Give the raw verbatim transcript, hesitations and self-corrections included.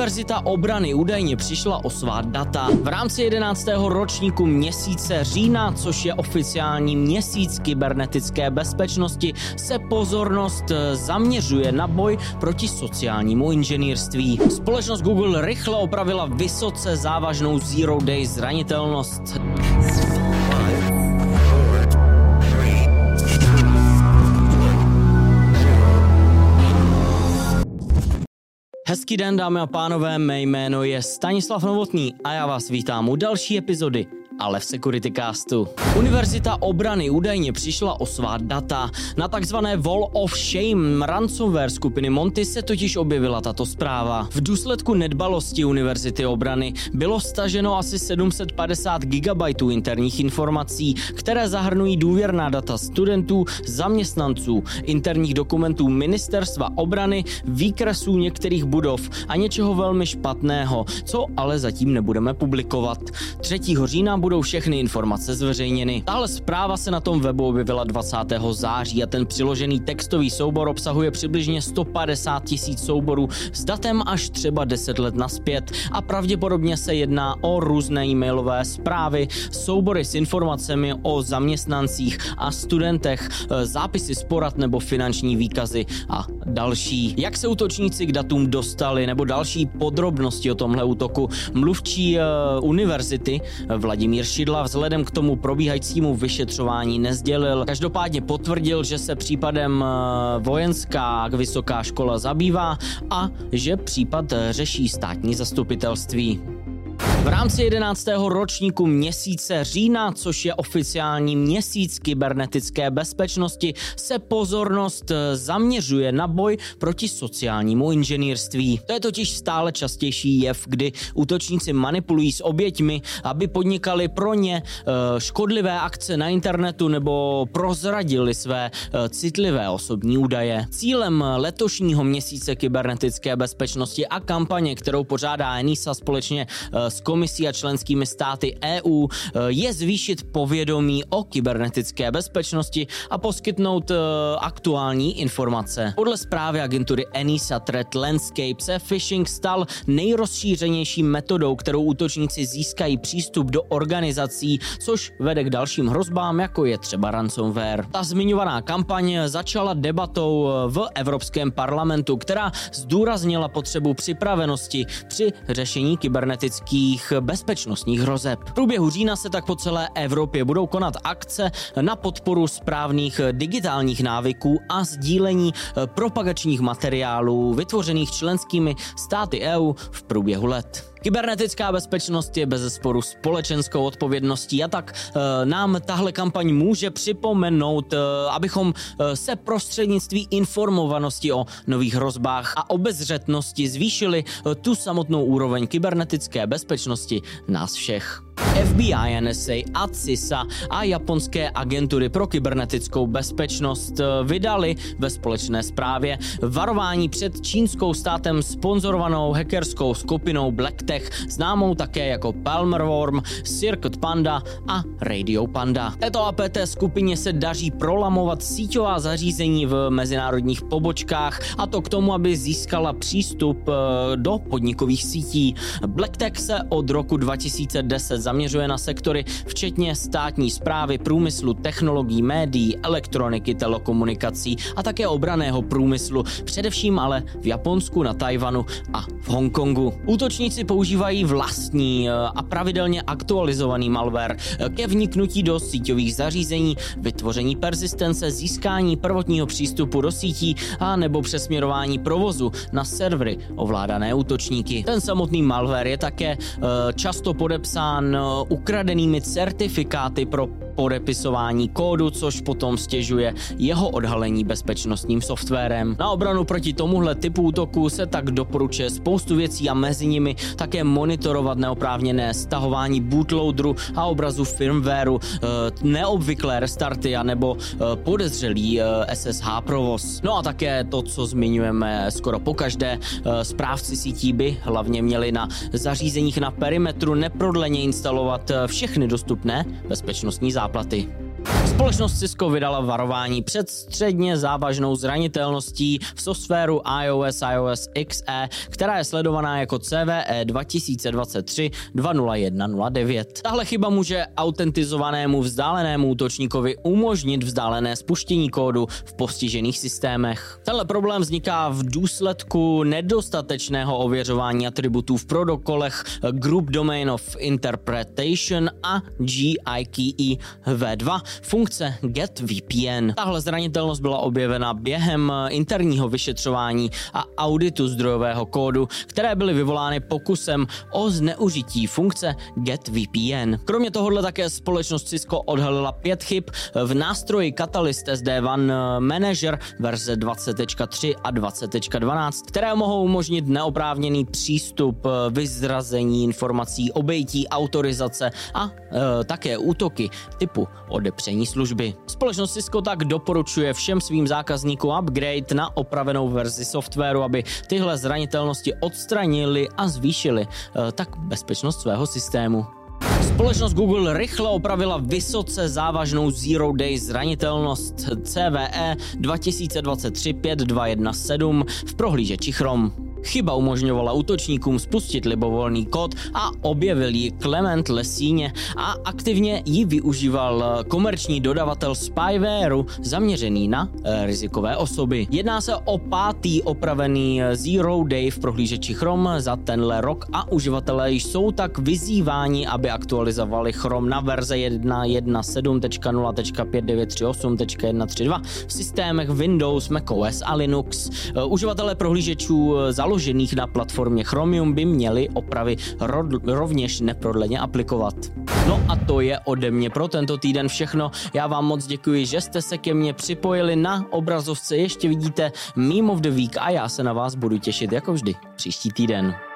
Univerzita obrany údajně přišla o svá data. V rámci jedenáctého ročníku měsíce října, což je oficiální měsíc kybernetické bezpečnosti, se pozornost zaměřuje na boj proti sociálnímu inženýrství. Společnost Google rychle opravila vysoce závažnou Zero Day zranitelnost. Hezký den, dámy a pánové, mé jméno je Stanislav Novotný a já vás vítám u další epizody Ale v Securitycastu. Univerzita obrany údajně přišla o svá data. Na takzvané Wall of Shame ransomware skupiny Monty se totiž objevila tato zpráva. V důsledku nedbalosti Univerzity obrany bylo staženo asi sedm set padesát gigabajtů interních informací, které zahrnují důvěrná data studentů, zaměstnanců, interních dokumentů ministerstva obrany, výkresů některých budov a něčeho velmi špatného, co ale zatím nebudeme publikovat. třetího října budou všechny informace zveřejněny. Tahle zpráva se na tom webu objevila dvacátého září a ten přiložený textový soubor obsahuje přibližně sto padesát tisíc souborů s datem až třeba deset let nazpět a pravděpodobně se jedná o různé e-mailové zprávy, soubory s informacemi o zaměstnancích a studentech, zápisy z porad nebo finanční výkazy a další. Jak se útočníci k datům dostali nebo další podrobnosti o tomhle útoku, mluvčí uh, univerzity Vladimír Šidla vzhledem k tomu probíhajícímu vyšetřování nesdělil. Každopádně potvrdil, že se případem vojenská vysoká škola zabývá a že případ řeší státní zastupitelství. V rámci jedenáctého ročníku měsíce října, což je oficiální měsíc kybernetické bezpečnosti, se pozornost zaměřuje na boj proti sociálnímu inženýrství. To je totiž stále častější jev, kdy útočníci manipulují s oběťmi, aby podnikali pro ně škodlivé akce na internetu nebo prozradili své citlivé osobní údaje. Cílem letošního měsíce kybernetické bezpečnosti a kampaně, kterou pořádá ENISA společně s komisí a členskými státy E U, je zvýšit povědomí o kybernetické bezpečnosti a poskytnout uh, aktuální informace. Podle zprávy agentury ENISA Threat Landscape se phishing stal nejrozšířenější metodou, kterou útočníci získají přístup do organizací, což vede k dalším hrozbám, jako je třeba ransomware. Ta zmiňovaná kampaň začala debatou v Evropském parlamentu, která zdůraznila potřebu připravenosti při řešení kybernetických bezpečnostních hrozeb. V průběhu října se tak po celé Evropě budou konat akce na podporu správných digitálních návyků a sdílení propagačních materiálů vytvořených členskými státy E U v průběhu let. Kybernetická bezpečnost je bezesporu společenskou odpovědností a tak e, nám tahle kampaň může připomenout, e, abychom e, se prostřednictví informovanosti o nových hrozbách a obezřetnosti zvýšili e, tu samotnou úroveň kybernetické bezpečnosti nás všech. F B I, N S A a C I S A a japonské agentury pro kybernetickou bezpečnost vydali ve společné zprávě varování před čínskou státem sponzorovanou hackerskou skupinou Black Tech, známou také jako Palmer Worm, Circuit Panda a Radio Panda. Této A P T skupině se daří prolamovat síťová zařízení v mezinárodních pobočkách, a to k tomu, aby získala přístup do podnikových sítí. Black Tech se od roku dva tisíce deset zaměřuje na sektory včetně státní správy, průmyslu, technologií, médií, elektroniky, telekomunikací a také obranného průmyslu, především ale v Japonsku, na Tajvanu a v Hongkongu. Útočníci používají vlastní a pravidelně aktualizovaný malware ke vniknutí do síťových zařízení, vytvoření persistence, získání prvotního přístupu do sítí a nebo přesměrování provozu na servery ovládané útočníky. Ten samotný malware je také často podepsán ukradenými certifikáty pro podepisování kódu, což potom stěžuje jeho odhalení bezpečnostním softwarem. Na obranu proti tomuhle typu útoku se tak doporučuje spoustu věcí a mezi nimi také monitorovat neoprávněné stahování bootloaderu a obrazu firmwareu, neobvyklé restarty a nebo podezřelý S S H provoz. No a také to, co zmiňujeme skoro pokaždé, správci sítí by hlavně měli na zařízeních na perimetru neprodleně instalovat všechny dostupné bezpečnostní záplaty. Společnost Cisco vydala varování před středně závažnou zranitelností v softwaru iOS iOS X E, která je sledovaná jako C V E dva tisíce dvacet tři dva nula jedna nula devět. Tahle chyba může autentizovanému vzdálenému útočníkovi umožnit vzdálené spuštění kódu v postižených systémech. Tenhle problém vzniká v důsledku nedostatečného ověřování atributů v protokolech Group Domain of Interpretation a G I K E V dva funkce Get V P N. Tahle zranitelnost byla objevena během interního vyšetřování a auditu zdrojového kódu, které byly vyvolány pokusem o zneužití funkce Get V P N. Kromě tohohle také společnost Cisco odhalila pět chyb v nástroji Catalyst S D jedna Manager verze dvacet tečka tři a dvacet tečka dvanáct, které mohou umožnit neoprávněný přístup, vyzrazení informací, obejití autorizace a e, také útoky typu odepření služby. Společnost Cisco tak doporučuje všem svým zákazníkům upgrade na opravenou verzi softwaru, aby tyhle zranitelnosti odstranili a zvýšili e, tak bezpečnost svého systému. Společnost Google rychle opravila vysoce závažnou Zero Day zranitelnost C V E dva tisíce dvacet tři pět dva jedna sedm v prohlížeči Chrome. Chyba umožňovala útočníkům spustit libovolný kód a objevil ji Clement Lesíně a aktivně ji využíval komerční dodavatel spywareu zaměřený na e, rizikové osoby. Jedná se o pátý opravený Zero Day v prohlížeči Chrome za tenhle rok a uživatelé jsou tak vyzýváni, aby aktualizovali Chrome na verze jedna tečka jedna sedm tečka nula tečka pět devět tři osm tečka jedna tři dva v systémech Windows, macOS a Linux. E, uživatelé prohlížečů založených na platformě Chromium by měli opravy ro- rovněž neprodleně aplikovat. No a to je ode mě pro tento týden všechno. Já vám moc děkuji, že jste se ke mně připojili. Na obrazovce ještě vidíte Meme of the Week a já se na vás budu těšit jako vždy příští týden.